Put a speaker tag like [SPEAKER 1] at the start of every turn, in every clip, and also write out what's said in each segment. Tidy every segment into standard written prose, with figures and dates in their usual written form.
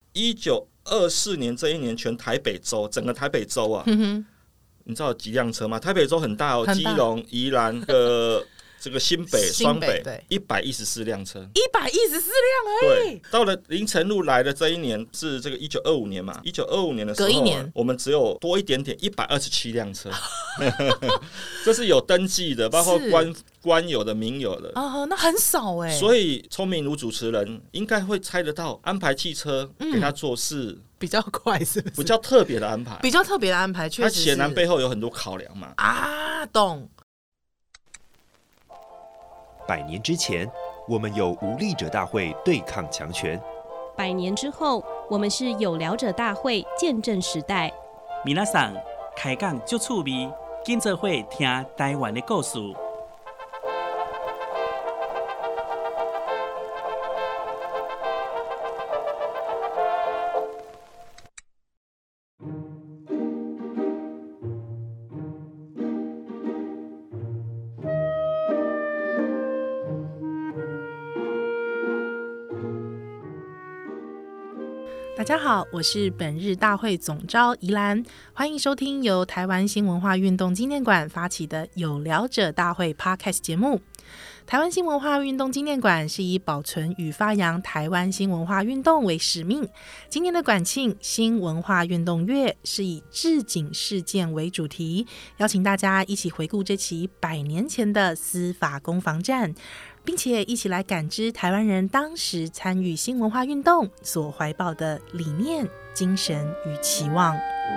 [SPEAKER 1] 1924年这一年，全台北州整个台北州啊，你知道有几辆车吗？台北州很大哦，基隆、宜兰这个新北、双北114辆车
[SPEAKER 2] ，114辆而已。
[SPEAKER 1] 对，到了林成禄来的这一年是这个1925年嘛，1925年的时候，隔一年我们只有多一点点127辆车，这是有登记的，包括官有的、民有的
[SPEAKER 2] 那很少哎。
[SPEAKER 1] 所以聪明如主持人应该会猜得到，安排汽车给他做事。
[SPEAKER 2] 比较快是不是？
[SPEAKER 1] 比较特别的安排，
[SPEAKER 2] 比较特别的安排，确实是。
[SPEAKER 1] 它显然背后有很多考量嘛。
[SPEAKER 2] 懂。
[SPEAKER 3] 100年之前，我们有无力者大会对抗强权
[SPEAKER 4] ；100年之后，我们是有聊者大会见证时代。
[SPEAKER 5] 皆さん开讲就趣味，跟做伙听台湾的故事。
[SPEAKER 2] 大家好，我是本日大会总召宜兰，欢迎收听由台湾新文化运动纪念馆发起的有聊者大会 Podcast 节目。台湾新文化运动纪念馆是以保存与发扬台湾新文化运动为使命。今年的馆庆新文化运动月是以治警事件为主题，邀请大家一起回顾这起100年前的司法攻防战，并且一起来感知台湾人当时参与新文化运动所怀抱的理念、精神与期望。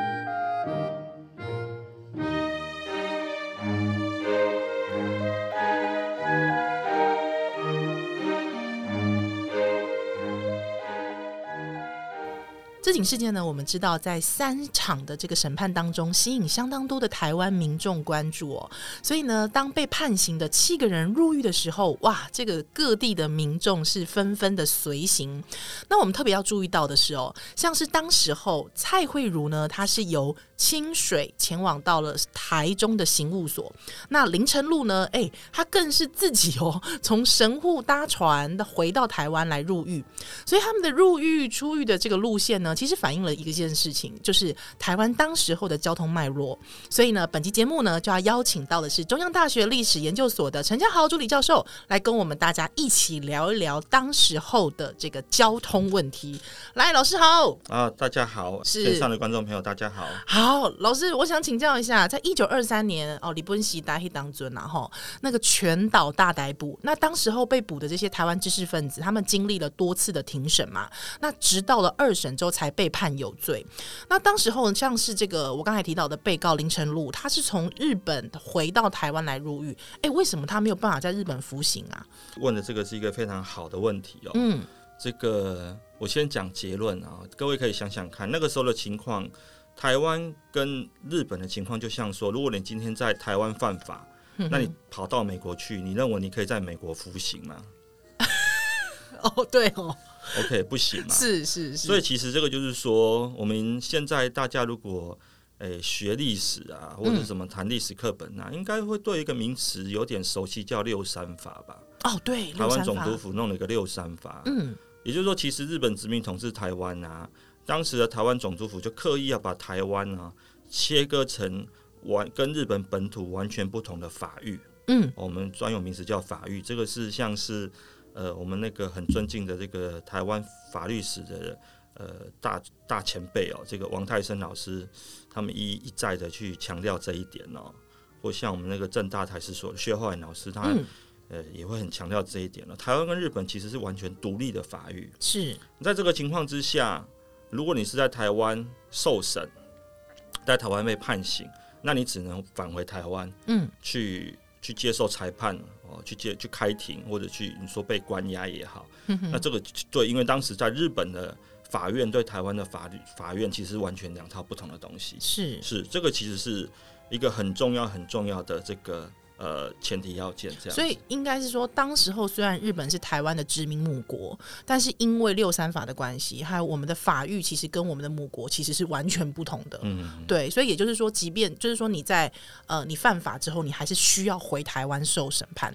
[SPEAKER 2] 这起事件呢，我们知道在3场的这个审判当中，吸引相当多的台湾民众关注哦。所以呢，当被判刑的7个人入狱的时候，哇，这个各地的民众是纷纷的随行。那我们特别要注意到的是哦，像是当时候蔡惠如呢，她是由清水前往到了台中的刑务所。那林成禄呢，他更是自己从神户搭船回到台湾来入狱。所以他们的入狱出狱的这个路线呢，其实反映了一件事情，就是台湾当时候的交通脉络。所以呢，本期节目呢就要邀请到的是中央大学历史研究所的陈家豪助理教授，来跟我们大家一起聊一聊当时候的这个交通问题。来，老师好。
[SPEAKER 1] 大家好，线上的观众朋友大家好。
[SPEAKER 2] 好，老师，我想请教一下，在1923年日本时代当中那个全岛大逮捕，那当时候被捕的这些台湾知识分子，他们经历了多次的庭审嘛，那直到了2审之后才被判有罪。那当时候像是这个我刚才提到的被告林成禄，他是从日本回到台湾来入狱，为什么他没有办法在日本服刑啊？
[SPEAKER 1] 问的这个是一个非常好的问题哦。这个我先讲结论啊，各位可以想想看，那个时候的情况，台湾跟日本的情况就像说，如果你今天在台湾犯法，那你跑到美国去，你认为你可以在美国服刑吗？
[SPEAKER 2] 对哦。
[SPEAKER 1] OK， 不行嘛。
[SPEAKER 2] 是。
[SPEAKER 1] 所以其实这个就是说，我们现在大家如果学历史啊，或者什么谈历史课本啊，应该会对一个名词有点熟悉，叫6·3法吧。
[SPEAKER 2] 对，
[SPEAKER 1] 台湾总督府弄了一个6·3法。也就是说，其实日本殖民统治台湾啊，当时的台湾总督府就刻意要把台湾啊切割成跟日本本土完全不同的法域。我们专有名词叫法域，这个是像是我们那个很尊敬的这个台湾法律史的大前辈这个王泰生老师，他们一再的去强调这一点或像我们那个政大台史所的薛浩然老师，他也会很强调这一点台湾跟日本其实是完全独立的法域。是在这个情况之下，如果你是在台湾受审，在台湾被判刑，那你只能返回台湾，去接受裁判，去开庭，或者你说被关押也好。那这个对，因为当时在日本的法院对台湾的法院其实完全2套不同的东西。是这个其实是一个很重要的这个前提要件，这样。
[SPEAKER 2] 所以应该是说，当时候虽然日本是台湾的殖民母国，但是因为6·3法的关系，还有我们的法律其实跟我们的母国其实是完全不同的。对，所以也就是说，即便就是说你在你犯法之后，你还是需要回台湾受审判的。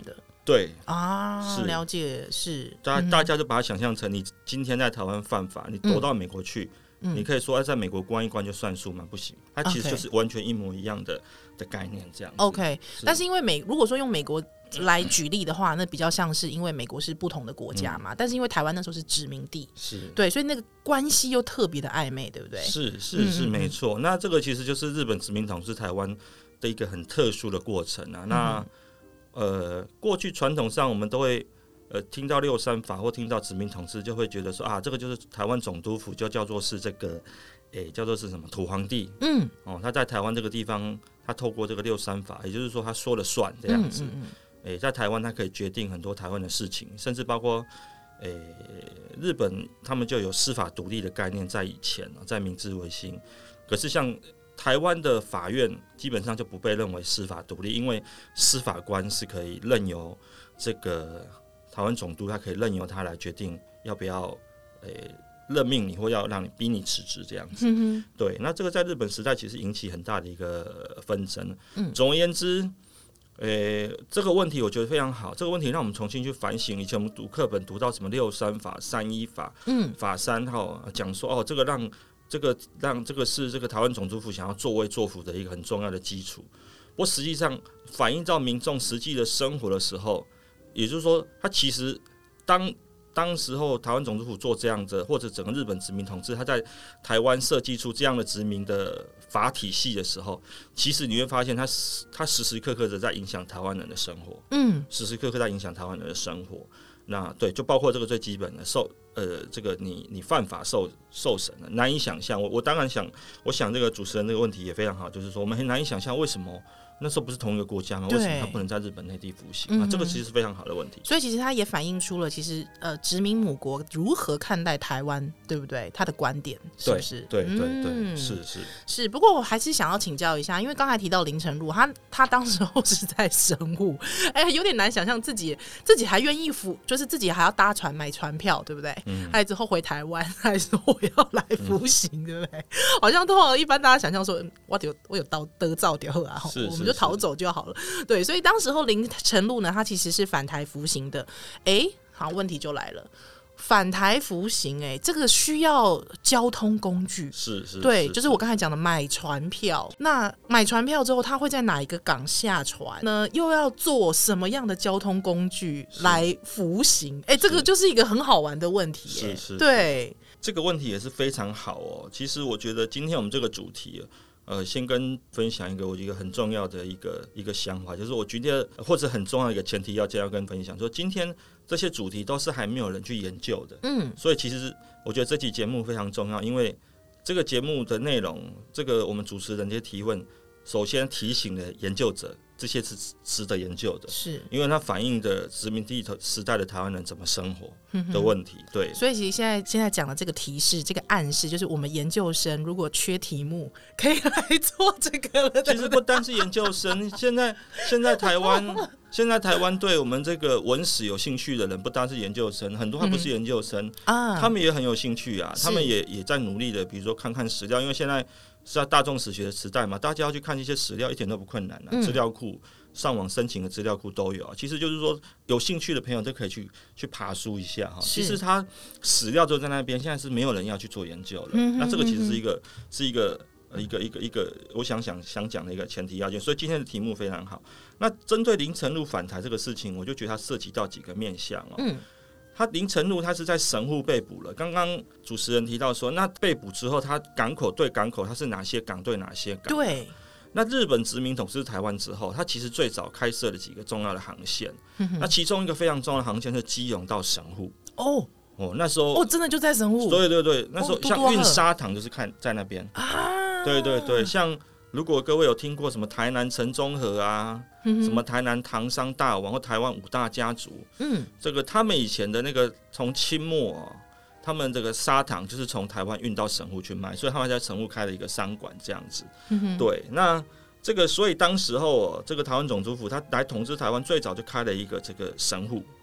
[SPEAKER 1] 对
[SPEAKER 2] 啊，
[SPEAKER 1] 是
[SPEAKER 2] 了解是。
[SPEAKER 1] 大家就把它想象成你今天在台湾犯法，你躲到美国去，你可以说在美国关一关就算数吗？不行，它其实就是完全一模一样的概念这样子。
[SPEAKER 2] OK， 但是因为如果说用美国来举例的话，那比较像是因为美国是不同的国家嘛，但是因为台湾那时候是殖民地，
[SPEAKER 1] 是对，
[SPEAKER 2] 所以那个关系又特别的暧昧，对不对？
[SPEAKER 1] 是没错。那这个其实就是日本殖民统治台湾的一个很特殊的过程啊。那过去传统上我们都会听到63法或听到殖民统治，就会觉得说啊，这个就是台湾总督府就叫做是这个叫做是什么土皇帝，他在台湾这个地方，他透过这个63法，也就是说他说了算这样子，在台湾他可以决定很多台湾的事情，甚至包括日本他们就有司法独立的概念在以前，在明治维新，可是像台湾的法院基本上就不被认为司法独立，因为司法官是可以任由这个台湾总督，他可以任由他来决定要不要任命你或要让你逼你辞职这样子。对，那这个在日本时代其实引起很大的一个纷争。总而言之，这个问题我觉得非常好，这个问题让我们重新去反省。以前我们读课本读到什么63法、31法、法3号，讲说这个让这个是这个台湾总督府想要作威作福的一个很重要的基础。不过实际上反映到民众实际的生活的时候，也就是说，他其实当时候台湾总督府做这样的，或者整个日本殖民统治，他在台湾设计出这样的殖民的法体系的时候，其实你会发现他时时刻刻的在影响台湾人的生活，时时刻刻在影响台湾人的生活。那对，就包括这个最基本的这个你犯法受审了，难以想象。我当然我想这个主持人这个问题也非常好，就是说我们很难以想象为什么那时候不是同一个国家吗？为什么他不能在日本内地服刑？这个其实是非常好的问题。
[SPEAKER 2] 所以其实它也反映出了其实殖民母国如何看待台湾，对不对？他的观点是不是？
[SPEAKER 1] 对，是。不
[SPEAKER 2] 过我还是想要请教一下，因为刚才提到林承禄，他当时候是在神户，有点难想象自己还愿意就是自己还要搭船买船票，对不对？还之后回台湾，还说我要来服刑，对不对？好像通常一般大家想象说，我有得照掉啊，我们就逃走就好了。对，所以当时候林承禄呢，他其实是返台服刑的。好，问题就来了。返台服刑，这个需要交通工具，对，就是我刚才讲的买船票。那买船票之后，他会在哪一个港下船呢？又要坐什么样的交通工具来服刑？这个就是一个很好玩的问题。对，
[SPEAKER 1] 这个问题也是非常好哦。其实我觉得今天我们这个主题，先分享我一个很重要的一个想法，就是我觉得或者很重要的一个前提要这样跟分享，说今天这些主题都是还没有人去研究的，所以其实我觉得这期节目非常重要，因为这个节目的内容，这个我们主持人这些提问，首先提醒了研究者，这些是值得研究的，是因为它反映的殖民地时代的台湾人怎么生活的问题。对，
[SPEAKER 2] 所以其实现在讲的这个提示，这个暗示，就是我们研究生如果缺题目，可以来做这个了。
[SPEAKER 1] 其实不单是研究生，现在台湾对我们这个文史有兴趣的人，不单是研究生，很多还不是研究生，他们也很有兴趣啊，他们也在努力的，比如说看看史料，因为现在是在大众史学的时代嘛，大家要去看一些史料一点都不困难资料库上网申请的资料库都有其实就是说有兴趣的朋友都可以去爬书一下其实他史料就在那边，现在是没有人要去做研究了，那这个其实是一个我想讲的一个前提要件，所以今天的题目非常好。那针对林承禄返台这个事情，我就觉得它涉及到几个面向他林承禄他是在神户被捕了。刚刚主持人提到说，那被捕之后，他港口对港口，他是哪些港对哪些港？
[SPEAKER 2] 对。
[SPEAKER 1] 那日本殖民统治台湾之后，他其实最早开设了几个重要的航线。那其中一个非常重要的航线是基隆到神户。那时候
[SPEAKER 2] 真的就在神户。
[SPEAKER 1] 对，那时候像运砂糖就是看在那边对，像如果各位有听过什么台南陈中和什么台南唐商大王或台湾五大家族，这个他们以前的那个从清末他们这个砂糖就是从台湾运到神户去卖，所以他们在神户开了一个商馆这样子。对，那这个所以当时候这个台湾总督府他来统治台湾，最早就开了一个这个神户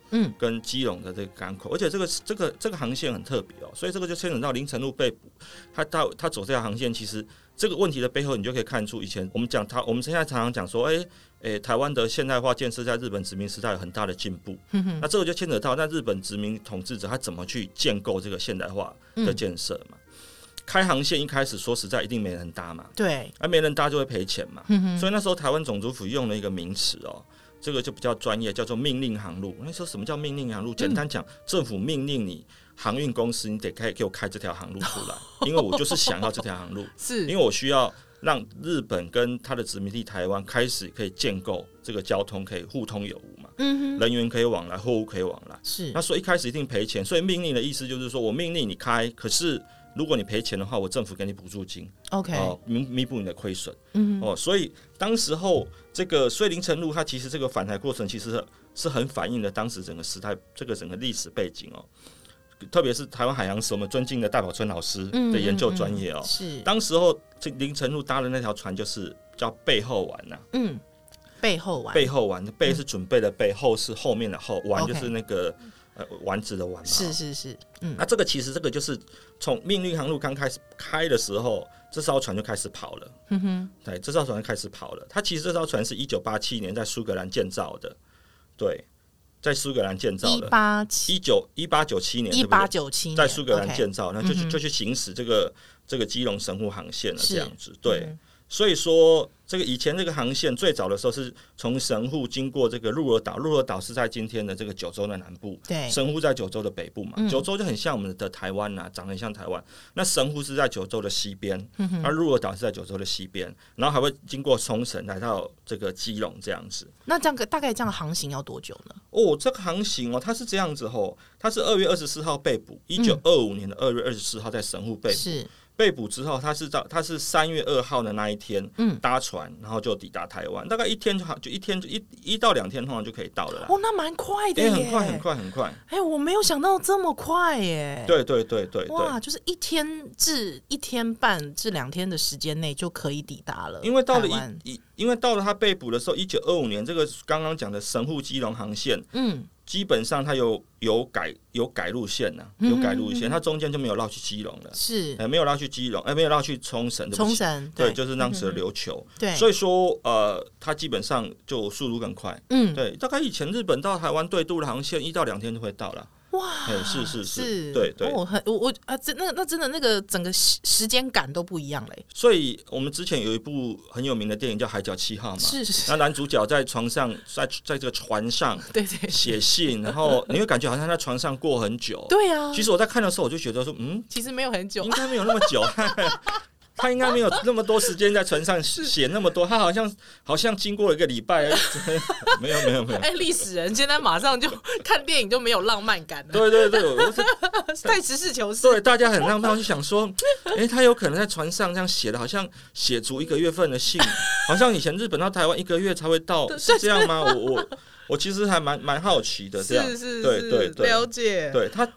[SPEAKER 1] 跟基隆的这个港口，而且这个航线很特别所以这个就牵扯到林呈禄被捕，他走这条航线，其实这个问题的背后，你就可以看出以前我们现在常常讲说，台湾的现代化建设在日本殖民时代有很大的进步，那这个就牵扯到那日本殖民统治者他怎么去建构这个现代化的建设嘛。开航线一开始说实在一定没人搭嘛，
[SPEAKER 2] 对，
[SPEAKER 1] 没人搭就会赔钱嘛，所以那时候台湾总督府用了一个名词这个就比较专业，叫做命令航路。那时候什么叫命令航路？简单讲，政府命令你航运公司，你得给我开这条航路出来，因为我就是想要这条航路，
[SPEAKER 2] 是
[SPEAKER 1] 因为我需要让日本跟他的殖民地台湾开始可以建构这个交通可以互通有无嘛，人员可以往来，货物可以往来，
[SPEAKER 2] 是。
[SPEAKER 1] 那所以一开始一定赔钱，所以命令的意思就是说我命令你开，可是如果你赔钱的话，我政府给你补助金
[SPEAKER 2] ，OK，
[SPEAKER 1] 弥补你的亏损。所以当时候所以林呈禄他其实这个返台过程其实是很反映了当时整个时代这个整个历史背景特别是台湾海洋史我们尊敬的戴宝春老师的研究专业
[SPEAKER 2] 是
[SPEAKER 1] 当时候林呈禄搭的那条船就是叫背后丸
[SPEAKER 2] 背后丸，
[SPEAKER 1] 背后丸的背是准备的背，后是后面的后，丸就是那个丸子的丸嘛。
[SPEAKER 2] 是。
[SPEAKER 1] 那这个其实这个就是从命令航路刚开始开的时候，这艘船就开始跑了。对，这艘船就开始跑了。它其实这艘船是1987年在苏格兰建造的，对，在苏格兰建造的。1897年
[SPEAKER 2] ，1897年
[SPEAKER 1] 在苏格兰建造，那就去行驶这个基隆神户航线了，这样子，对。所以说，这个以前这个航线最早的时候是从神户经过这个鹿儿岛，鹿儿岛是在今天的这个九州的南部，
[SPEAKER 2] 对，
[SPEAKER 1] 神户在九州的北部嘛，九州就很像我们的台湾长得很像台湾。那神户是在九州的西边，而鹿儿岛是在九州的西边，然后还会经过冲绳来到这个基隆这样子。
[SPEAKER 2] 那这样大概这样航行要多久呢？
[SPEAKER 1] 这个航行它是这样子它是2月24号被捕，1925年的2月24号在神户被捕。是。被捕之后，他是3月2号的那一天搭船，然后就抵达台湾，大概一天就一天1到2天，通常就可以到了啦。
[SPEAKER 2] 那蛮快的耶，
[SPEAKER 1] 很快。
[SPEAKER 2] 我没有想到这么快耶。
[SPEAKER 1] 对。
[SPEAKER 2] 哇，就是1天至1天半至2天的时间内就可以抵达了。
[SPEAKER 1] 因为到了他被捕的时候，1925年这个刚刚讲的神户基隆航线，基本上它有改路线有改路线，它中间就没有绕去基隆了，
[SPEAKER 2] 是
[SPEAKER 1] 没有绕去基隆，没有绕去冲绳，对，就是当时的琉球，
[SPEAKER 2] 对，
[SPEAKER 1] 所以说它基本上就速度更快，对，大概以前日本到台湾对渡的航线1到2天就会到了。
[SPEAKER 2] 哇，
[SPEAKER 1] 是，对，
[SPEAKER 2] 那真的那个整个时间感都不一样嘞。
[SPEAKER 1] 所以我们之前有一部很有名的电影叫《海角7号》嘛，
[SPEAKER 2] 是。
[SPEAKER 1] 那男主角在床上，在这个船上，
[SPEAKER 2] 对
[SPEAKER 1] 写信，然后你会感觉好像在船上过很久。
[SPEAKER 2] 对啊。
[SPEAKER 1] 其实我在看的时候，我就觉得说，
[SPEAKER 2] 其实没有很久，
[SPEAKER 1] 应该没有那么久。他应该没有那么多时间在船上写那么多，他好像经过了1个礼拜，没有。
[SPEAKER 2] 历史人现在马上就看电影就没有浪漫感了。
[SPEAKER 1] 对，
[SPEAKER 2] 太实事求是。
[SPEAKER 1] 对，大家很浪漫，就想说，他有可能在船上这样写的，好像写足1个月份的信，好像以前日本到台湾1个月才会到，是这样吗？我其实还蛮好奇的，这样
[SPEAKER 2] 是，
[SPEAKER 1] 对，
[SPEAKER 2] 了解。
[SPEAKER 1] 对他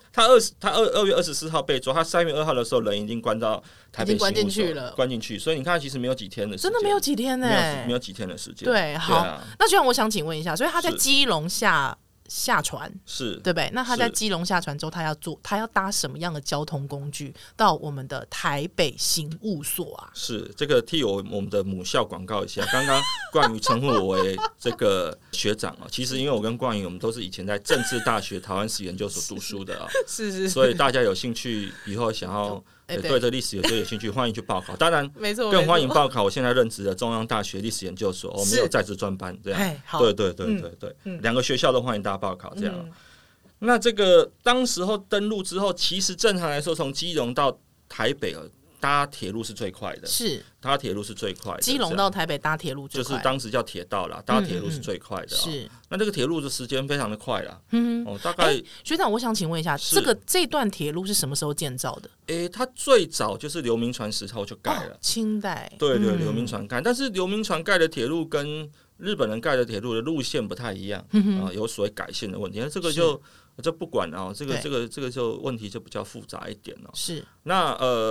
[SPEAKER 1] 2月24号被抓，他3月2号的时候人已经关到台北刑务所，关进去，所以你看其实没有几天的时间，
[SPEAKER 2] 真的没有几天
[SPEAKER 1] 没有几天的时间。
[SPEAKER 2] 对，好，那就让我想请问一下，所以他在基隆下船
[SPEAKER 1] 是
[SPEAKER 2] 对不对？那他在基隆下船之后，他要搭什么样的交通工具到我们的台北刑务所啊？
[SPEAKER 1] 是这个替我们的母校广告一下。刚刚冠宇称呼我为这个学长其实因为我跟冠宇我们都是以前在政治大学台湾史研究所读书的
[SPEAKER 2] 是，
[SPEAKER 1] 所以大家有兴趣以后想要对这历史有兴趣，欢迎去报考。当然，更欢迎报考我现在任职的中央大学历史研究所，我们有在职专班这样。对，2个学校都欢迎大家报考这样。那这个当时候登陆之后，其实正常来说，从基隆到台北搭铁路是最快的，
[SPEAKER 2] 是
[SPEAKER 1] 搭铁路是最快的。
[SPEAKER 2] 基隆到台北搭铁路最快，
[SPEAKER 1] 就是当时叫铁道啦，搭铁路是最快的。
[SPEAKER 2] 是，
[SPEAKER 1] 那这个铁路的时间非常的快啦。大概
[SPEAKER 2] 学长，我想请问一下，这段铁路是什么时候建造的？
[SPEAKER 1] 它最早就是刘铭传时候就盖了，
[SPEAKER 2] 清代。
[SPEAKER 1] 对，刘铭传盖，但是刘铭传盖的铁路跟日本人盖的铁路的路线不太一样有所谓改线的问题。那这个就不管这个就问题就比较复杂一点
[SPEAKER 2] 是，
[SPEAKER 1] 那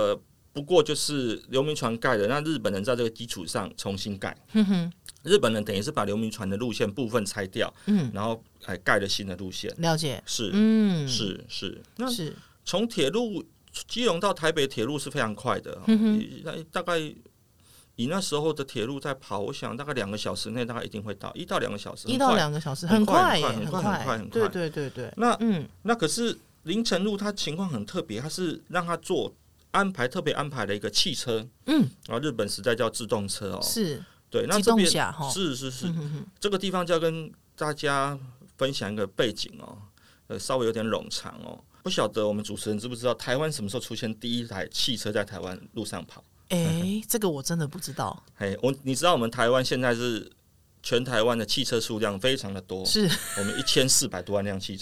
[SPEAKER 1] 不过就是流民船盖的，那日本人在这个基础上重新盖。日本人等于是把流民船的路线部分拆掉，然后盖了新的路线。
[SPEAKER 2] 了解，
[SPEAKER 1] 是，是。那
[SPEAKER 2] 是
[SPEAKER 1] 从铁路基隆到台北铁路是非常快的，大概以那时候的铁路在跑，我想大概2个小时内大概一定会到，1到2个小时，1
[SPEAKER 2] 到2个小时，很快耶，
[SPEAKER 1] 很快。
[SPEAKER 2] 对。
[SPEAKER 1] 那可是林承禄他情况很特别，他是让他做特别安排了一个汽车，然后日本时代叫自动车哦，
[SPEAKER 2] 是，
[SPEAKER 1] 对，那这边是，这个地方就要跟大家分享一个背景哦，稍微有点冗长哦。不晓得我们主持人知不知道台湾什么时候出现第一台汽车在台湾路上跑？
[SPEAKER 2] 这个我真的不知道。
[SPEAKER 1] 你知道我们台湾现在是全台湾的汽车数量非常的多，
[SPEAKER 2] 是
[SPEAKER 1] 我们1400多万辆汽车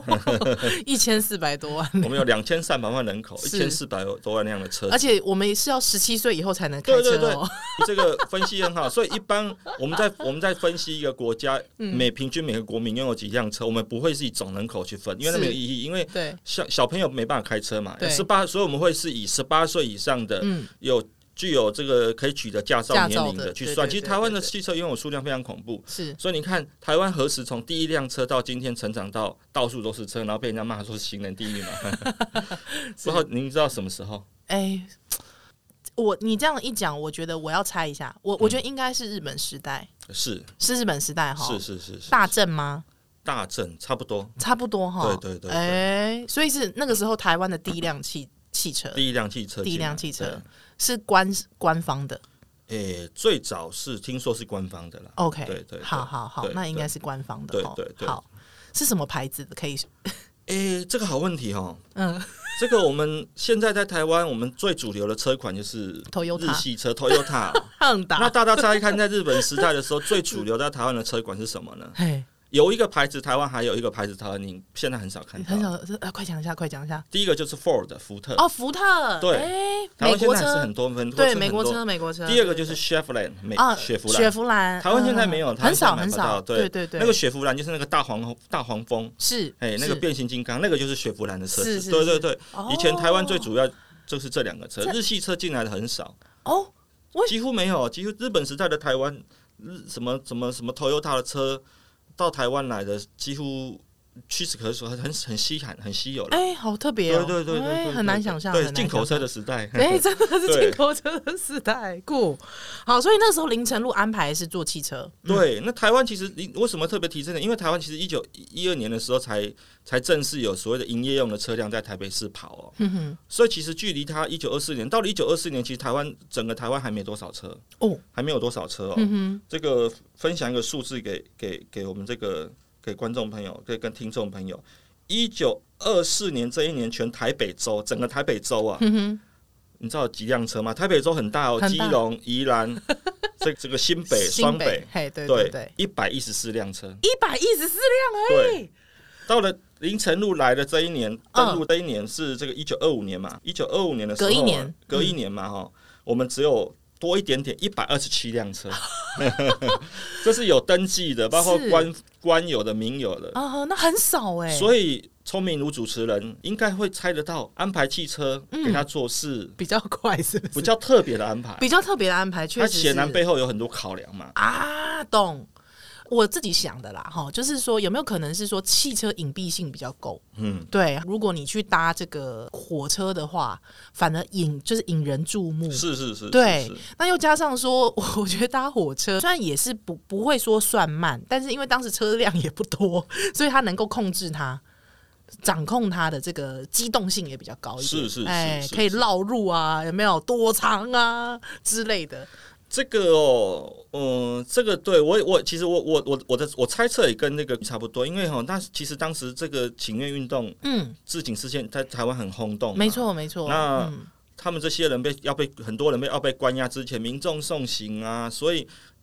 [SPEAKER 2] ，1400多万，
[SPEAKER 1] 我们有2300万人口，1400多万辆的车，
[SPEAKER 2] 而且我们是要17岁以后才能开车哦。
[SPEAKER 1] 对，这个分析很好。所以一般我们在分析一个国家平均每个国民拥有几辆车，我们不会是以总人口去分，因为那没有意义，因为小朋友没办法开车嘛，所以我们会是以18岁以上的具有这个可以取得驾照年龄的去算。其实台湾的汽车拥有数量非常恐怖，所以你看台湾何时从第一辆车到今天成长到到处都是车，然后被人家骂说是行人地狱嘛？不知道您知道什么时候？
[SPEAKER 2] 你这样一讲，我觉得我要猜一下，我觉得应该是日本时代，是日本时代哈，
[SPEAKER 1] 是
[SPEAKER 2] 大正吗？
[SPEAKER 1] 大正差不多哈，
[SPEAKER 2] 对，所以是那个时候台湾的第一辆汽车，
[SPEAKER 1] 第一辆汽车。
[SPEAKER 2] 是官方的，
[SPEAKER 1] 最早是听说是官方的啦。
[SPEAKER 2] OK，
[SPEAKER 1] 对，
[SPEAKER 2] 好，那应该是官方的。
[SPEAKER 1] 对，
[SPEAKER 2] 好，是什么牌子的？可以？
[SPEAKER 1] 这个好问题哦。这个我们现在在台湾，我们最主流的车款就是日系车 Toyota。那大家猜看，在日本时代的时候，最主流在台湾的车款是什么呢？有一个牌子，台湾还有一个牌子，台湾你现在很少看到，
[SPEAKER 2] 很少。快讲一下。
[SPEAKER 1] 第一个就是 Ford 福特。
[SPEAKER 2] 福特。对，
[SPEAKER 1] 台湾现在是很多
[SPEAKER 2] 对，美国车。
[SPEAKER 1] 第二个就是 Chevrolet 雪佛兰。台湾现在没有，
[SPEAKER 2] 很少。
[SPEAKER 1] 对，那个雪佛兰就是那个大黄蜂，
[SPEAKER 2] 是
[SPEAKER 1] 那个变形金刚，那个就是雪佛兰的车子。对。以前台湾最主要就是这2个车，日系车进来的很少几乎没有。几乎日本时代的台湾，什么 Toyota 的车。到台湾来的几乎屈指可数，很稀罕、很稀有了。
[SPEAKER 2] 好特别哦！
[SPEAKER 1] 对，
[SPEAKER 2] 很难想象。
[SPEAKER 1] 对，进口车的时代，
[SPEAKER 2] 真的是进口车的时代。酷，好，所以那时候林承禄安排是坐汽车。
[SPEAKER 1] 对，那台湾其实为什么特别提这个？因为台湾其实1912年的时候才正式有所谓的营业用的车辆在台北市跑所以其实距离它1924年到了1924年，其实整个台湾还没多少车还没有多少车这个分享一个数字给我们这个。给观众朋友，跟听众朋友，1924年这一年，整个台北州你知道有几辆车吗？台北州很大基隆、宜兰，这个新北、双北，
[SPEAKER 2] 对
[SPEAKER 1] ，114辆车
[SPEAKER 2] ，114辆而已。
[SPEAKER 1] 对，到了林承禄来的这一年，登陆这一年是这个1925年嘛，1925年的时候，隔一年嘛，我们只有多一点点127辆车，这是有登记的，包括官有的、民有的
[SPEAKER 2] 那很少
[SPEAKER 1] 所以聪明如主持人应该会猜得到，安排汽车给他做事
[SPEAKER 2] 比较快，是不是？
[SPEAKER 1] 比较特别的安排，确实他显然背后有很多考量嘛。
[SPEAKER 2] 懂。我自己想的啦，就是说有没有可能是说汽车隐蔽性比较够？对，如果你去搭这个火车的话，反而引人注目。
[SPEAKER 1] 是，
[SPEAKER 2] 对。那又加上说，我觉得搭火车虽然也是不会说算慢，但是因为当时车辆也不多，所以它能够控制它。掌控它的这个机动性也比较高一点，
[SPEAKER 1] 是，
[SPEAKER 2] 可以绕路啊，有没有多长啊之类的。
[SPEAKER 1] 这个这个对我其实我猜测也跟那个差不多，因为其实当时这个请愿运动，治警事件在台湾很轰动，
[SPEAKER 2] 没错。
[SPEAKER 1] 那他们这些人很多人要被关押之前，民众送行啊，所以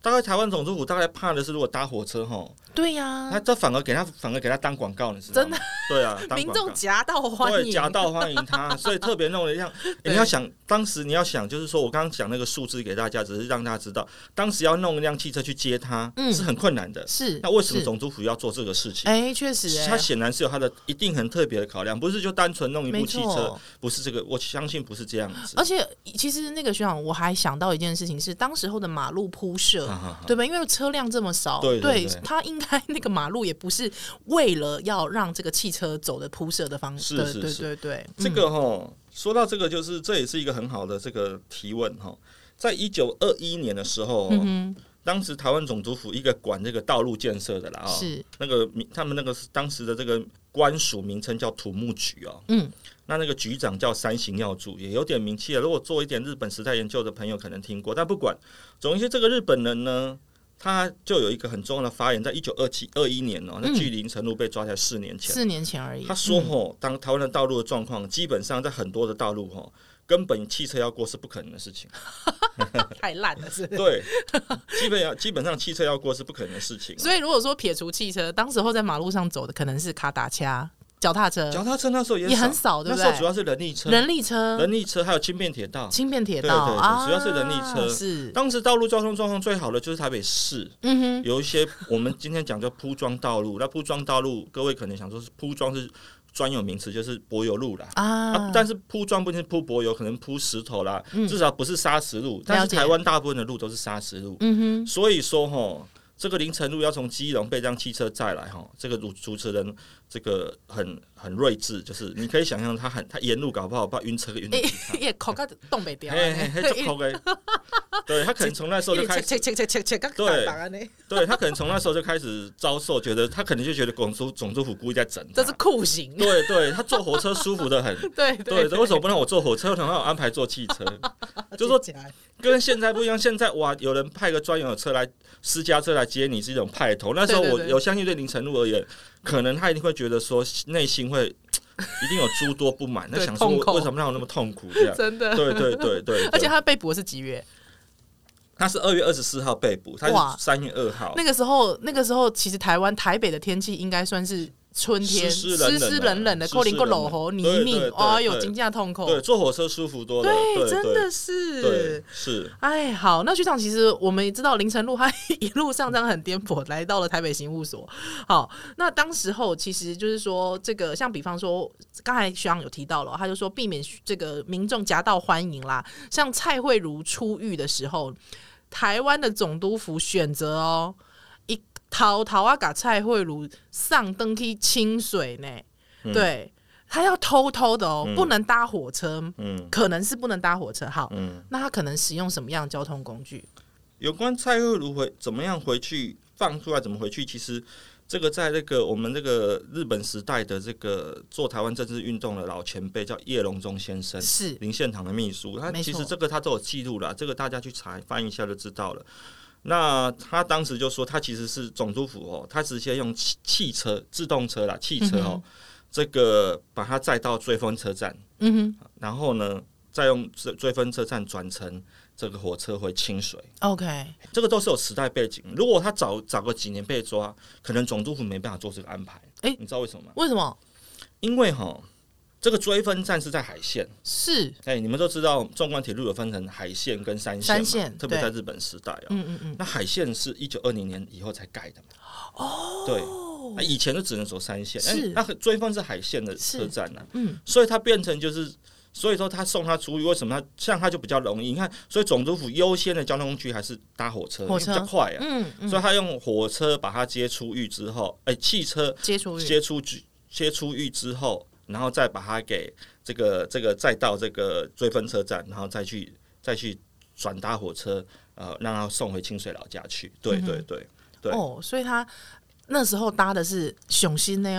[SPEAKER 1] 大概台湾总督府大概怕的是，如果搭火车哈，
[SPEAKER 2] 对呀，
[SPEAKER 1] 他反而给他当广告，你知道吗？真的，对啊，
[SPEAKER 2] 民众夹道欢迎，
[SPEAKER 1] 对，夹道欢迎他，所以特别弄得像你要想，当时你要想，就是说我刚刚讲那个数字给大家，只是让大家知道，当时要弄一辆汽车去接他，是很困难的。是，那为什么总督府要做这个事情？
[SPEAKER 2] 确实，
[SPEAKER 1] 他显然是有他的一定很特别的考量，不是就单纯弄一部汽车，不是这个，我相信不是这样子。
[SPEAKER 2] 而且其实那个学长，我还想到一件事情是，当时候的马路铺设，对吧？因为车辆这么少，对，他应该那个马路也不是为了要让这个汽车走的铺设的方式，对。
[SPEAKER 1] 这个说到这个，就是这也是一个很好的这个提问在1921年的时候，当时台湾总督府一个管这个道路建设的啦，是那个他们那个当时的这个官署名称叫土木局那个局长叫三行耀助，也有点名气了。如果做一点日本时代研究的朋友可能听过，但不管，总之这个日本人呢，他就有一个很重要的发言，在1921年那距林承禄被抓才4年前
[SPEAKER 2] 而已。
[SPEAKER 1] 他说当台湾的道路的状况，基本上在很多的道路根本汽车要过是不可能的事情，
[SPEAKER 2] 太烂了是不是？
[SPEAKER 1] 对，基本上汽车要过是不可能的事情。
[SPEAKER 2] 所以如果说撇除汽车，当时候在马路上走的可能是卡达车。脚踏车
[SPEAKER 1] 那时候也
[SPEAKER 2] 很少，对不对？
[SPEAKER 1] 那时候主要是人力车还有轻便铁道，对，主要是人力车。是当时道路交通状况最好的就是台北市，有一些我们今天讲叫铺装道路。那铺装道路，各位可能想说是铺装是专有名词，就是柏油路啦但是铺装不一定是铺柏油，可能铺石头啦，至少不是砂石路。但是台湾大部分的路都是砂石路，所以说这个林承禄要从基隆被这辆汽车载来这个主持人这个很睿智，就是你可以想象他沿路搞不好怕晕车晕到其他，
[SPEAKER 2] 也口个冻不掉，
[SPEAKER 1] 对他可能从那时候就开始，对他可能从那时候就开始遭受，觉得他可能就觉得总督府故意在整他，
[SPEAKER 2] 这是酷刑。
[SPEAKER 1] 对，他坐火车舒服的很，对，为什么不让我坐火车？为什么要安排坐汽车？就是说跟现在不一样，现在哇，有人派个专有的车来私家车来接你是一种派头。那时候我有相信对林承禄而言，可能他一定会觉得说内心会一定有诸多不满，他想说为什么让我那么痛苦这样？真的，对。
[SPEAKER 2] 而且他被捕的是几月？
[SPEAKER 1] 他是2月24号被捕，他是3月2号。
[SPEAKER 2] 那个时候，其实台北的天气应该算是春天，湿冷冷的，扣零个落雨泥泞，哎呦，真正痛苦。
[SPEAKER 1] 对，坐火车舒服多了。
[SPEAKER 2] 对，真的是。
[SPEAKER 1] 对，是。
[SPEAKER 2] 哎，好，那局长，其实我们也知道林承禄他一路上这样很颠簸，来到了台北刑务所。好，那当时候其实就是说，这个像比方说，刚才学长有提到了，他就说避免这个民众夹道欢迎啦。像蔡惠如出狱的时候，台湾的总督府选择偷啊，把蔡惠如上登去清水呢，对，他要偷的不能搭火车，可能是不能搭火车。好，那他可能使用什么样的交通工具？
[SPEAKER 1] 有关蔡惠如怎么样回去放出来，怎么回去，其实这个在我们这个日本时代的这个做台湾政治运动的老前辈叫叶荣钟先生，是林献堂的秘书，他其实这个他都有记录了，这个大家去翻一下就知道了。那他当时就说，他其实是总督府他直接用汽车、自动车啦，汽车这个把他载到追风车站，然后呢，再用追风车站转乘这个火车回清水。OK， 这个都是有时代背景。如果他早个几年被抓，可能总督府没办法做这个安排。你知道为什么吗？
[SPEAKER 2] 为什么？
[SPEAKER 1] 因为这个追分站是在海线，
[SPEAKER 2] 是你
[SPEAKER 1] 们都知道，纵贯铁路有分成海线跟山线，特别在日本时代那海线是1920年以后才盖的嘛。对，那以前就只能走山线，那追分是海线的车站所以它变成就是。所以说他送他出狱，为什么像他就比较容易？你看，所以总督府优先的交通工具还是搭火车，因为比较快所以他用火车把他接出狱之后，汽车接出狱之后，然后再把他给这个再到这个追分车站，然后再去转搭火车，让他送回清水老家去。对。
[SPEAKER 2] 所以他。那时候搭的是雄心的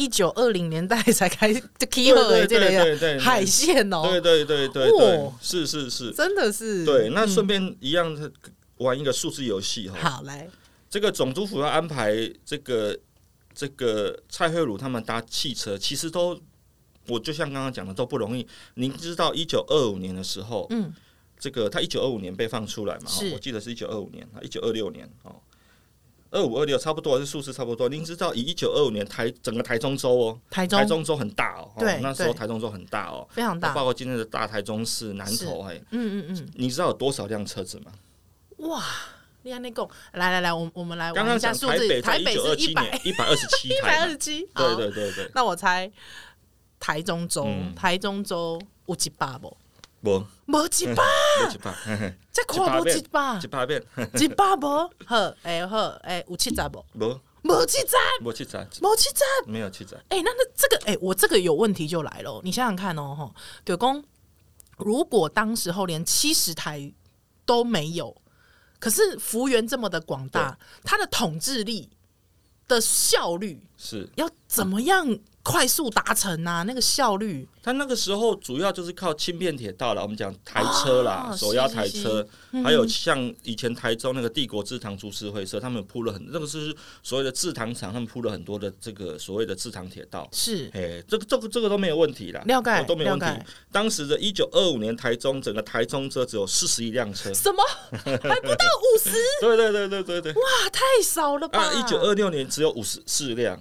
[SPEAKER 2] 1920年代才开始起好的这个海线
[SPEAKER 1] 对，是，
[SPEAKER 2] 真的是。
[SPEAKER 1] 对，那顺便一样玩一个数字游戏
[SPEAKER 2] 好，来，
[SPEAKER 1] 这个总督府要安排这个蔡惠如他们搭汽车，其实我就像刚刚讲的都不容易。您知道1925年的时候， 这个他1925年被放出来嘛，我记得是1925年，1926年25、26差不多，是数字差不多。您知道，以1925年整个台中州台中州很大对，那时候台中州很大
[SPEAKER 2] 非常大，
[SPEAKER 1] 包括今天的大台中市、南投，你知道有多少辆车子吗？
[SPEAKER 2] 哇！你安尼讲，来，我们来玩一下数字。
[SPEAKER 1] 台北是127台，127，对。
[SPEAKER 2] 那我猜台中州有100不？
[SPEAKER 1] 无
[SPEAKER 2] 100，这看无
[SPEAKER 1] 100遍
[SPEAKER 2] ，100无好，有70不？无70，
[SPEAKER 1] 没有70。
[SPEAKER 2] 那这个我这个有问题就来了，你想想看哦，就讲如果当时候连70台都没有，可是幅员这么的广大，它的统治力的效率
[SPEAKER 1] 是
[SPEAKER 2] 要怎么样快速达成啊？那个效率，
[SPEAKER 1] 他那个时候主要就是靠轻便铁道啦，我们讲台车啦，手摇台车，还有像以前台中那个帝国制糖株式会社，他们铺了那个是所谓的制糖厂，他们铺了很多的这个所谓的制糖铁道，
[SPEAKER 2] 是，
[SPEAKER 1] 这个都没有问题啦，
[SPEAKER 2] 了解，
[SPEAKER 1] 都没有问题。当时的1925年台中整个台中车只有41辆车，
[SPEAKER 2] 什么还不到50？
[SPEAKER 1] 对，
[SPEAKER 2] 哇，太少了吧
[SPEAKER 1] ！1926年只有54辆。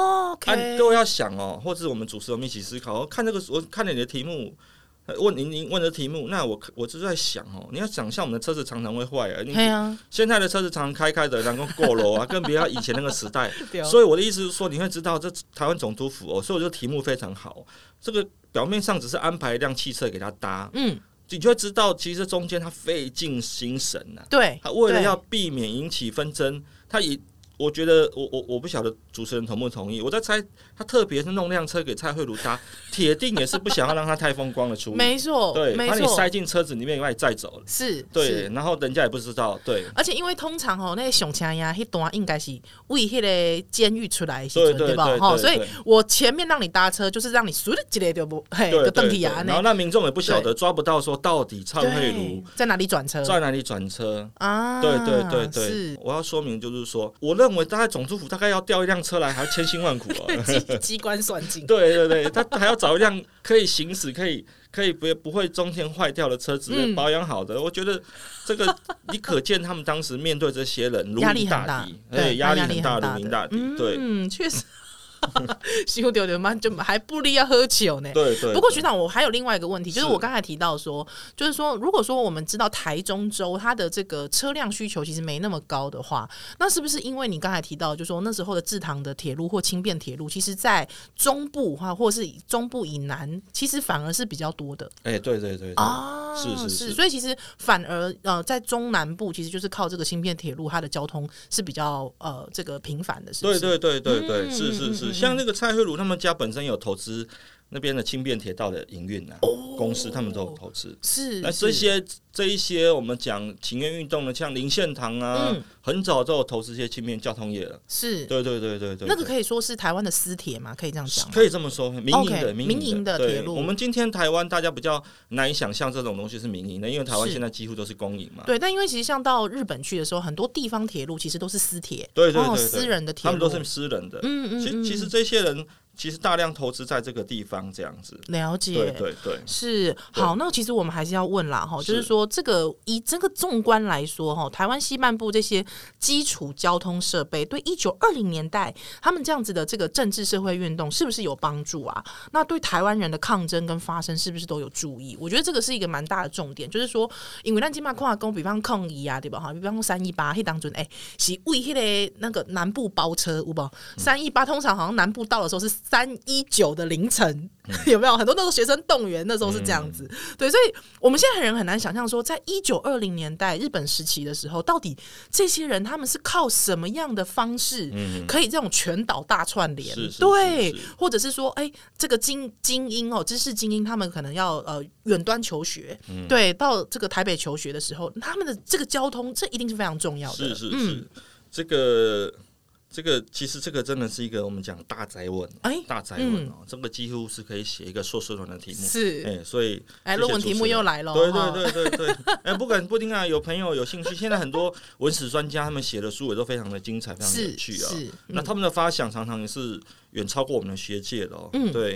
[SPEAKER 2] OK，
[SPEAKER 1] 各位要想或者我们主持人一起思考。看这个，我看了你的题目，您问的题目，那我就在想你要想象我们的车子常常会坏现在的车子常常开的，然后过楼啊，跟别以前那个时代。所以我的意思是说，你会知道这台湾总督府所以我觉得题目非常好。这个表面上只是安排一辆汽车给他搭，你就会知道，其实中间他费尽心神
[SPEAKER 2] 对，
[SPEAKER 1] 他为了要避免引起纷争，我觉得我不晓得主持人同不同意，我在猜他特别是弄辆车给蔡惠如搭，铁定也是不想要让他太风光的出入，
[SPEAKER 2] 没错，
[SPEAKER 1] 对，把你塞进车子里面把你载走了，
[SPEAKER 2] 是，
[SPEAKER 1] 对，然后人家也不知道，对，
[SPEAKER 2] 而且因为通常那个上车呀，那段应该是为那个监狱出来的时候，对吧？所以我前面让你搭车，就是让你输的之类就不就登体啊，
[SPEAKER 1] 然后那民众也不晓得抓不到说到底蔡惠如
[SPEAKER 2] 在哪里转车
[SPEAKER 1] 啊？对，我要说明就是说，我认为大概总督府大概要调一辆车来，还要千辛万苦
[SPEAKER 2] 机关算尽。
[SPEAKER 1] 对，他还要找一辆可以行驶、可以不会中间坏掉的车子，保养好的。我觉得这个你可见他们当时面对这些人如临大敌，压力很大，如临大敌。对，
[SPEAKER 2] 确实。修丢丢嘛，就还不利要喝酒呢。
[SPEAKER 1] 对。
[SPEAKER 2] 不过学长，我还有另外一个问题，就是我刚才提到说，就是说，如果说我们知道台中州它的这个车辆需求其实没那么高的话，那是不是因为你刚才提到，就是说那时候的制糖的铁路或轻便铁路，其实在中部或是中部以南，其实反而是比较多的。
[SPEAKER 1] 对
[SPEAKER 2] 啊，是，所以其实反而在中南部，其实就是靠这个轻便铁路，它的交通是比较这个频繁的，是不是？
[SPEAKER 1] 对，是。像那个蔡惠如他们家本身有投资那边的轻便铁道的营运公司，他们都有投资。
[SPEAKER 2] 是，
[SPEAKER 1] 那这一些我们讲情愿运动的，像林献堂很早就有投资一些轻便交通业了。
[SPEAKER 2] 是，
[SPEAKER 1] 对。
[SPEAKER 2] 那个可以说是台湾的私铁嘛，可以这样讲。
[SPEAKER 1] 可以这么说，民营的
[SPEAKER 2] 铁路。
[SPEAKER 1] 我们今天台湾大家比较难以想象这种东西是民营的，因为台湾现在几乎都是公营嘛。
[SPEAKER 2] 对，但因为其实像到日本去的时候，很多地方铁路其实都是私铁，
[SPEAKER 1] 对，
[SPEAKER 2] 私人的铁路，
[SPEAKER 1] 他们都是私人的。其实这些人。其实大量投资在这个地方，这样子
[SPEAKER 2] 了解，
[SPEAKER 1] 对，
[SPEAKER 2] 是好。那其实我们还是要问啦，就是说这个以这个纵观来说，台湾西半部这些基础交通设备对1920年代他们这样子的这个政治社会运动是不是有帮助啊？那对台湾人的抗争跟发声是不是都有注意？我觉得这个是一个蛮大的重点，就是说，因为咱今嘛看讲，比方抗议啊，对吧？比方318，迄当阵是为那个南部包车，有无？318通常好像南部到的时候是319的凌晨，有没有很多那个学生动员？那时候是这样子，对，所以我们现在人很难想象说，在1920年代日本时期的时候，到底这些人他们是靠什么样的方式可以这种全岛大串联？对，或者是说，这个精英知识精英，他们可能要远端求学，对，到这个台北求学的时候，他们的这个交通，这一定是非常重要的。
[SPEAKER 1] 是，这个其实这个真的是一个我们讲大哉问，大哉问这个几乎是可以写一个硕士论文的题目，
[SPEAKER 2] 是，
[SPEAKER 1] 所以
[SPEAKER 2] 论文题目又来了，
[SPEAKER 1] 对，不一定啊，有朋友有兴趣，现在很多文史专家他们写的书也都非常的精彩，非常有趣啊，那他们的发想常常也是远超过我们的学界的对。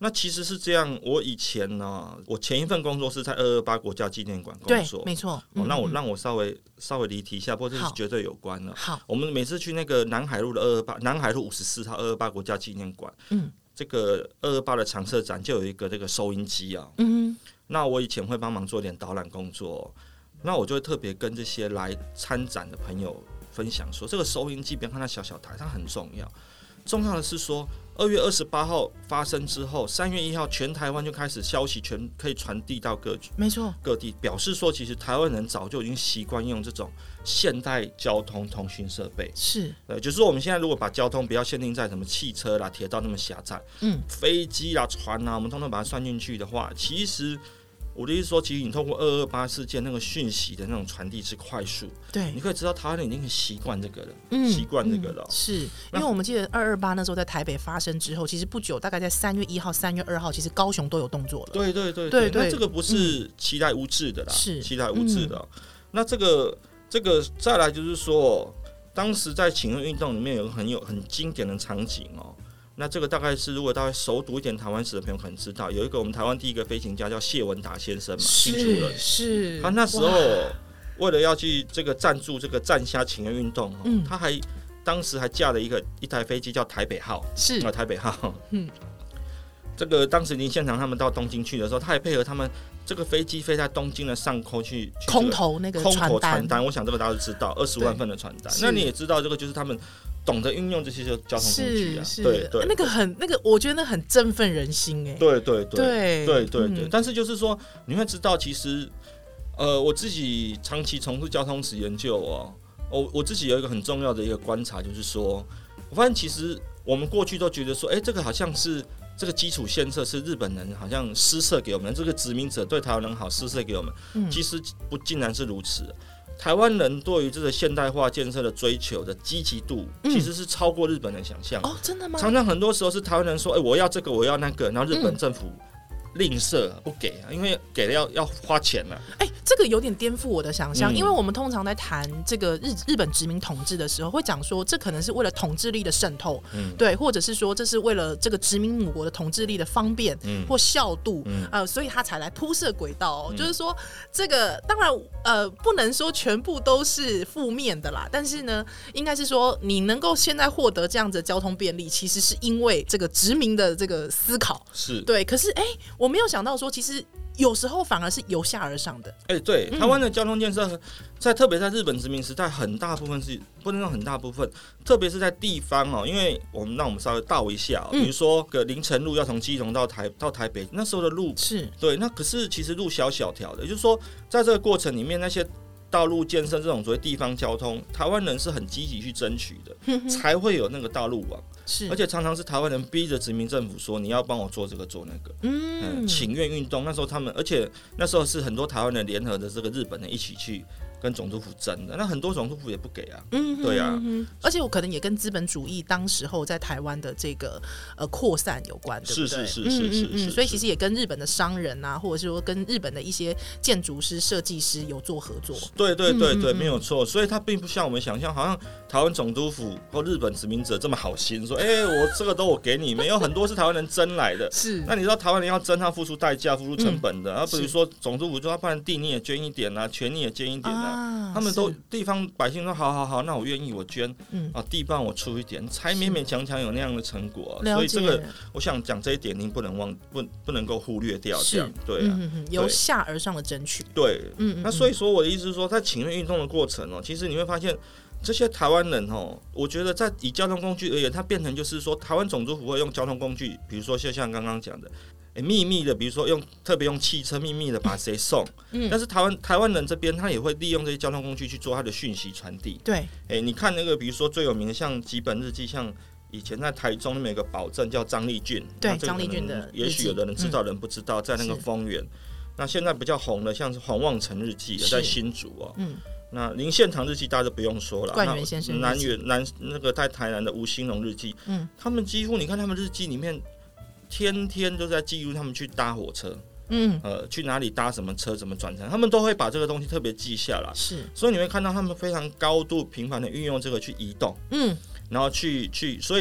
[SPEAKER 1] 那其实是这样，我以前呢，我前一份工作是在228国家纪念馆工作，
[SPEAKER 2] 对，没错。
[SPEAKER 1] 那我让我稍微离题一下，不过这是绝对有关的。
[SPEAKER 2] 好，
[SPEAKER 1] 我们每次去那个南海路的南海路54号228国家纪念馆，这个228的常设展就有一个这个收音机啊，那我以前会帮忙做一点导览工作，那我就会特别跟这些来参展的朋友分享说，这个收音机别看它小小台，它很重要。重要的是说，2月28号发生之后，3月1号全台湾就开始消息全可以传递到
[SPEAKER 2] 没错，
[SPEAKER 1] 各地，表示说其实台湾人早就已经习惯用这种现代交通通讯设备。
[SPEAKER 2] 是，
[SPEAKER 1] 对，就是说我们现在如果把交通不要限定在什么汽车啦、铁道那么狭窄，飞机啦、船啦，我们通通把它算进去的话，其实我的意思说，其实你透过228事件那个讯息的那种传递之快速，
[SPEAKER 2] 对，
[SPEAKER 1] 你可以知道台湾人已经很习惯这个了，习惯这个了。
[SPEAKER 2] 是因为我们记得228那时候在台北发生之后，其实不久，大概在3月1号、3月2号，其实高雄都有动作了。
[SPEAKER 1] 对，那这个不是期待无知的啦，
[SPEAKER 2] 是
[SPEAKER 1] 期待无知的。那这个再来就是说，当时在请愿运动里面有个很经典的场景哦。那这个大概是，如果大家熟读一点台湾史的朋友可能知道，有一个我们台湾第一个飞行家叫谢文达先生嘛，新竹人，
[SPEAKER 2] 是
[SPEAKER 1] 他那时候为了要去这个赞助这个战虾请愿运动，他当时还架了一台飞机叫台北号，
[SPEAKER 2] 是
[SPEAKER 1] 台北号，这个当时林献堂他们到东京去的时候，他还配合他们这个飞机飞在东京的上空去
[SPEAKER 2] 空投那个传单，
[SPEAKER 1] 我想这个大家都知道，20万份的传单。那你也知道，这个就是他们懂得运用这些交通工具啊，对，
[SPEAKER 2] 那个我觉得那很振奋人心哎，
[SPEAKER 1] 对。但是就是说，你会知道，其实我自己长期从事交通史研究哦，我自己有一个很重要的一个观察，就是说，我发现其实我们过去都觉得说，这个好像是。这个基础建设是日本人好像施舍给我们，这个殖民者对台湾人好施舍给我们，其实不尽然是如此。台湾人对于这个现代化建设的追求的积极度，其实是超过日本人想象。
[SPEAKER 2] 哦，真的吗？
[SPEAKER 1] 常常很多时候是台湾人说，我要这个，我要那个，然后日本政府吝啬不给啊，因为给了要花钱了。
[SPEAKER 2] 这个有点颠覆我的想象，因为我们通常在谈这个日本殖民统治的时候，会讲说这可能是为了统治力的渗透，对，或者是说这是为了这个殖民母国的统治力的方便或效度，所以他才来铺设轨道。就是说，这个当然不能说全部都是负面的啦，但是呢，应该是说你能够现在获得这样子的交通便利，其实是因为这个殖民的这个思考，
[SPEAKER 1] 是
[SPEAKER 2] 对。可是我没有想到说，其实。有时候反而是由下而上的。
[SPEAKER 1] 对，台湾的交通建设，特别在日本殖民时代，很大部分是不能说很大部分，特别是在地方哦，因为让我们稍微倒一下，比如说个林城路要从基隆到台北，那时候的路
[SPEAKER 2] 是对，
[SPEAKER 1] 那可是其实路小条的，也就是说，在这个过程里面，那些道路建设这种所谓地方交通，台湾人是很积极去争取的，才会有那个道路网。而且常常是台湾人逼着殖民政府说你要帮我做这个做那个，请愿运动那时候他们，而且那时候是很多台湾人联合的这个日本人一起去跟总督府争的，那很多总督府也不给啊，对啊，
[SPEAKER 2] 而且我可能也跟资本主义当时候在台湾的这个扩散有关，对不对？
[SPEAKER 1] 是，
[SPEAKER 2] 所以其实也跟日本的商人啊，或者是说跟日本的一些建筑师、设计师有做合作。
[SPEAKER 1] 对，没有错。所以它并不像我们想象，好像台湾总督府或日本殖民者这么好心，说我这个都我给你，没有很多是台湾人争来的。是，那你知道台湾人要争，他付出代价、付出成本的。比如说总督府说，不然地你也捐一点啊，权你也捐一点啊。他们都地方百姓说好，那我愿意，我捐，地方我出一点，才勉勉强强有那样的成果。所以这个我想讲这一点，您不能够忽略掉，这样对啊，
[SPEAKER 2] 由下而上的争取。
[SPEAKER 1] 对，那所以说我的意思是说，在请愿运动的过程其实你会发现。这些台湾人我觉得在以交通工具而言，它变成就是说，台湾总督府会用交通工具，比如说像刚刚讲的，秘密的，比如说特别用汽车秘密的把谁送，但是台湾人这边他也会利用这些交通工具去做他的讯息传递。
[SPEAKER 2] 对，
[SPEAKER 1] 你看那个，比如说最有名的像几本日记，像以前在台中那边有个保证叫张丽俊，
[SPEAKER 2] 对，张丽俊的，
[SPEAKER 1] 也许有的人知道，有人不知道，在那个丰原。那现在比较红的，像是黄望成日记，在新竹那林献堂日记大家都不用说了，
[SPEAKER 2] 冠元先生日记，
[SPEAKER 1] 那个在台南的吴兴隆日记，他们几乎你看他们日记里面，天天都在记录他们去搭火车，去哪里搭什么车，怎么转乘，他们都会把这个东西特别记下来。是，所以你会看到他们非常高度频繁的运用这个去移动，然后去，所以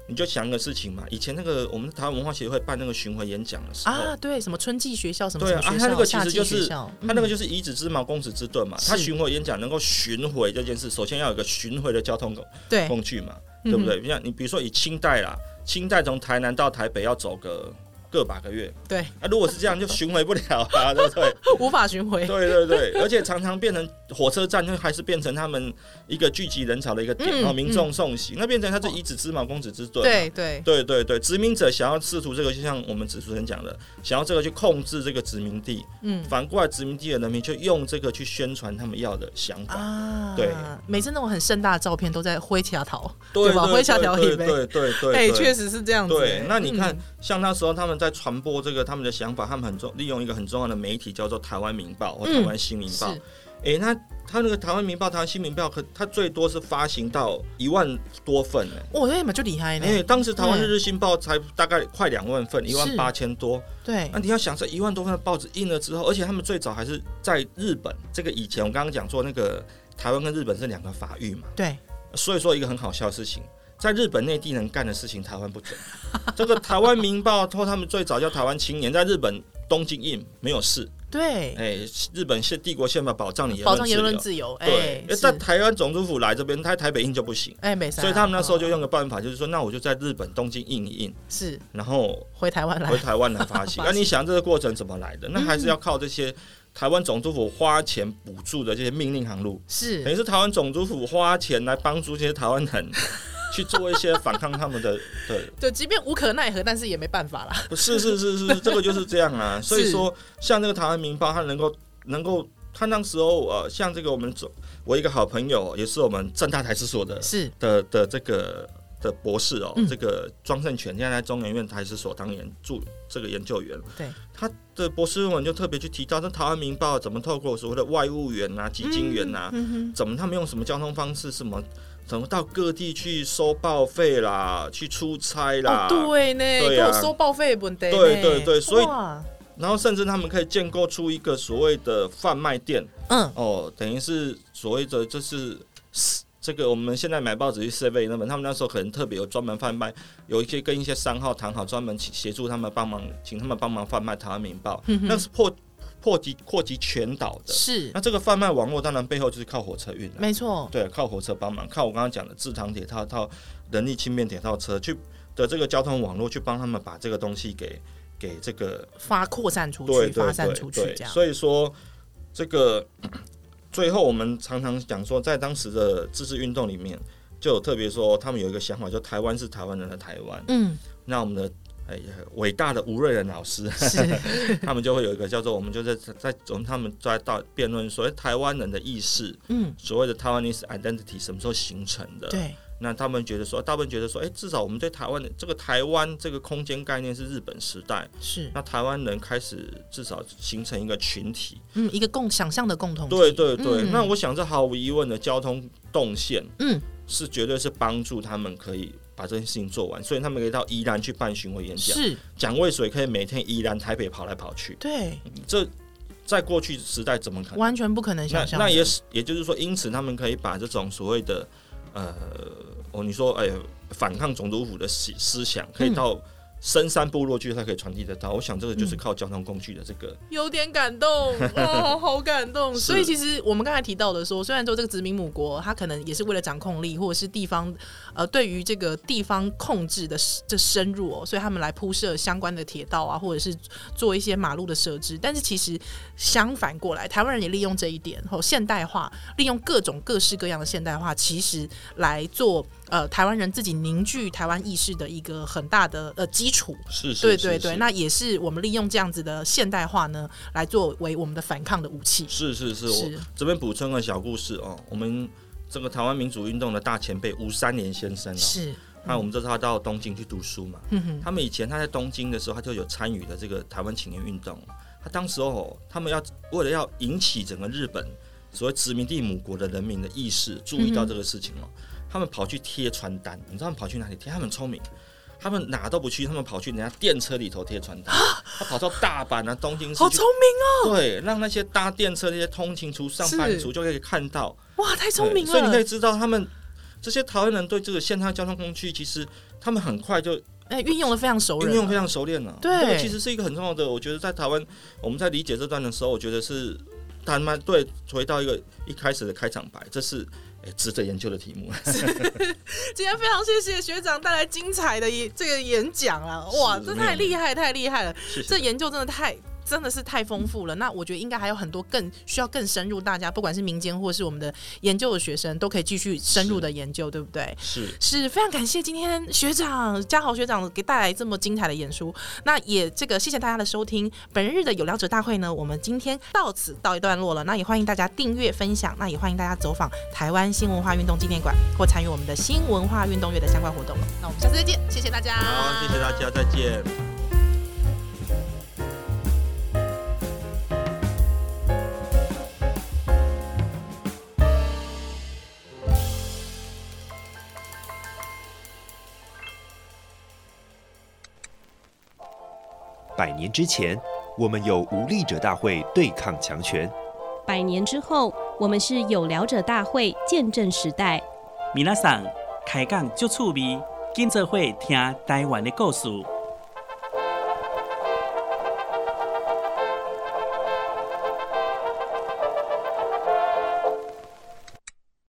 [SPEAKER 1] 你就想个事情嘛，以前那个我们台湾文化协会办那个巡回演讲的时候
[SPEAKER 2] 啊，对，什么春季学校什么
[SPEAKER 1] 对
[SPEAKER 2] 什么学校，
[SPEAKER 1] 他那个其实就是
[SPEAKER 2] 他
[SPEAKER 1] 那个就是以子之矛攻子之盾嘛。他巡回演讲能够巡回这件事，首先要有一个巡回的交通工具嘛，对不对？像你比如说以清代啦，清代从台南到台北要走个把个月，
[SPEAKER 2] 对
[SPEAKER 1] 如果是这样就巡回不了啊，对不对？
[SPEAKER 2] 无法巡回，
[SPEAKER 1] 对对对，而且常常变成火车站，就还是变成他们一个聚集人潮的一个点，然后民众送行，那变成他是以子之矛攻子之盾，
[SPEAKER 2] 对对
[SPEAKER 1] 对对对，殖民者想要试图这个，就像我们主持人讲的，想要这个去控制这个殖民地，反过来殖民地的人民就用这个去宣传他们要的想法，对，
[SPEAKER 2] 每次那种很盛大的照片都在灰桥头，
[SPEAKER 1] 对
[SPEAKER 2] 吧？灰桥头里面，
[SPEAKER 1] 对对对，
[SPEAKER 2] 确实是这样子。
[SPEAKER 1] 对，那你看，像那时候他们在传播这个他们的想法，他们利用一个很重要的媒体叫做台湾民报或台湾新民报。那他那个台湾民报、台湾新民报，他最多是发行到1万多份呢。
[SPEAKER 2] 那么就厉害呢。
[SPEAKER 1] 当时台湾日日新报才大概快2万份，18000多。
[SPEAKER 2] 对，
[SPEAKER 1] 那你要想，这1万多份的报纸印了之后，而且他们最早还是在日本。这个以前我刚刚讲说，那个台湾跟日本是2个法域嘛。
[SPEAKER 2] 对，
[SPEAKER 1] 所以说一个很好笑的事情。在日本内地能干的事情，台湾不准。这个台湾民报或他们最早叫台湾青年，在日本东京印没有事。
[SPEAKER 2] 对，
[SPEAKER 1] 日本帝国宪法保障你
[SPEAKER 2] 言论自由。
[SPEAKER 1] 对，在台湾总督府来这边，台北印就不行。
[SPEAKER 2] 没事。
[SPEAKER 1] 所以他们那时候就用个办法，就是说，那我就在日本东京印一印，
[SPEAKER 2] 是，
[SPEAKER 1] 然后
[SPEAKER 2] 回台湾
[SPEAKER 1] 来发行。那你想这个过程怎么来的？那还是要靠这些台湾总督府花钱补助的这些命令航路，
[SPEAKER 2] 是，
[SPEAKER 1] 等于是台湾总督府花钱来帮助这些台湾人。去做一些反抗他们的，
[SPEAKER 2] 对，即便无可奈何，但是也没办法啦。
[SPEAKER 1] 是，这个就是这样啊。所以说，像那个台湾民报，它能够，他那时候像这个我一个好朋友，也是我们政大台史所的这个的博士这个庄胜全，现在在中研院台史所当这个研究员。
[SPEAKER 2] 对，
[SPEAKER 1] 他的博士论文就特别去提到，这台湾民报怎么透过所谓的外务员啊、基金员啊，怎么他们用什么交通方式，怎么到各地去收报费啦，去出差啦，
[SPEAKER 2] 对呢，对啊，收报费的问题，
[SPEAKER 1] 对，所以然后甚至他们可以建构出一个所谓的贩卖店，等于是所谓的就是这个我们现在买报纸去 7-Eleven， 他们那时候可能特别有专门贩卖，有一些跟一些商号谈好，专门协助他们请他们帮忙贩卖台湾民报，那是扩及全岛的，
[SPEAKER 2] 是。
[SPEAKER 1] 那这个贩卖网络当然背后就是靠火车运，
[SPEAKER 2] 没错，
[SPEAKER 1] 对，靠火车帮忙，靠我刚刚讲的制糖铁套人力轻便铁套车去的这个交通网络去帮他们把这个东西给这个
[SPEAKER 2] 扩散出去，发散出去，这样。
[SPEAKER 1] 所以说这个最后我们常常讲说，在当时的自治运动里面，就有特别说他们有一个想法，就台湾是台湾人的台湾。那我们的伟大的吴瑞仁老师，他们就会有一个叫做，我们就他们在辩论所谓台湾人的意识，所谓的 Taiwanese identity 什么时候形成的？
[SPEAKER 2] 对。
[SPEAKER 1] 那大部分觉得说，至少我们对台湾的这个台湾这个空间概念是日本时代，
[SPEAKER 2] 是。
[SPEAKER 1] 那台湾人开始至少形成一个群体，
[SPEAKER 2] 一个想象的共同体。
[SPEAKER 1] 对，那我想这毫无疑问的交通动线，是绝对是帮助他们可以把这件事情做完，所以他们可以到宜兰去办巡回演讲，
[SPEAKER 2] 是。
[SPEAKER 1] 蒋渭水可以每天宜兰台北跑来跑去，
[SPEAKER 2] 对，
[SPEAKER 1] 这在过去时代怎么可能？
[SPEAKER 2] 完全不可能想象。
[SPEAKER 1] 那也就是说，因此他们可以把这种所谓的你说反抗总督府的思想，可以到深山部落去，它可以传递得到。我想这个就是靠交通工具的这个，
[SPEAKER 2] 有点感动好感动。所以其实我们刚才提到的说，虽然说这个殖民母国，它可能也是为了掌控力，或者是地方对于这个地方控制的这深入所以他们来铺设相关的铁道啊，或者是做一些马路的设置。但是其实相反过来，台湾人也利用这一点现代化，利用各式各样的现代化，其实来做台湾人自己凝聚台湾意识的一个很大的基础。
[SPEAKER 1] 是，
[SPEAKER 2] 对，那也是我们利用这样子的现代化呢，来作为我们的反抗的武器。
[SPEAKER 1] 是，我这边补充个小故事我们这个台湾民主运动的大前辈吴三连先生
[SPEAKER 2] 是。
[SPEAKER 1] 那我们这次他到东京去读书嘛，他们以前他在东京的时候，他就有参与的这个台湾青年运动。他当时他们为了要引起整个日本所谓殖民地母国的人民的意识，注意到这个事情他们跑去贴传单。你知道他们跑去哪里贴？他们很聪明。他们哪都不去，他们跑去人家电车里头贴传单。他跑到大阪啊、东京市，
[SPEAKER 2] 好聪明
[SPEAKER 1] 对，让那些搭电车那些通勤族、上班族就可以看到。
[SPEAKER 2] 哇，太聪明了！
[SPEAKER 1] 所以你可以知道，他们这些台湾人对这个现代交通工具，其实他们很快就
[SPEAKER 2] 运用的非常熟练，
[SPEAKER 1] 运用非常熟练了。
[SPEAKER 2] 对，
[SPEAKER 1] 这个其实是一个很重要的。我觉得在台湾，我们在理解这段的时候，我觉得是谈蛮对。回到一开始的开场白，这是值得研究的题目。
[SPEAKER 2] 今天非常谢谢学长带来精彩的这个演讲啊！哇，这太厉害，太厉害了！
[SPEAKER 1] 谢谢，
[SPEAKER 2] 这研究真的是太丰富了。那我觉得应该还有很多需要更深入，大家不管是民间或是我们的研究的学生，都可以继续深入的研究，对不对？是非常感谢今天学长嘉豪学长给带来这么精彩的演出。那也谢谢大家的收听。本日的有聊者大会呢，我们今天到此告一段落了。那也欢迎大家订阅分享，那也欢迎大家走访台湾新文化运动纪念馆，或参与我们的新文化运动月的相关活动了。那我们下次再见，谢谢大家。
[SPEAKER 1] 好，谢谢大家，再见。
[SPEAKER 3] 100年之前，我们有无力者大会对抗强权
[SPEAKER 4] ；100年之后，我们是有聊者大会见证时代。
[SPEAKER 5] 皆さん開講足趣味，今做伙聽台灣的故事。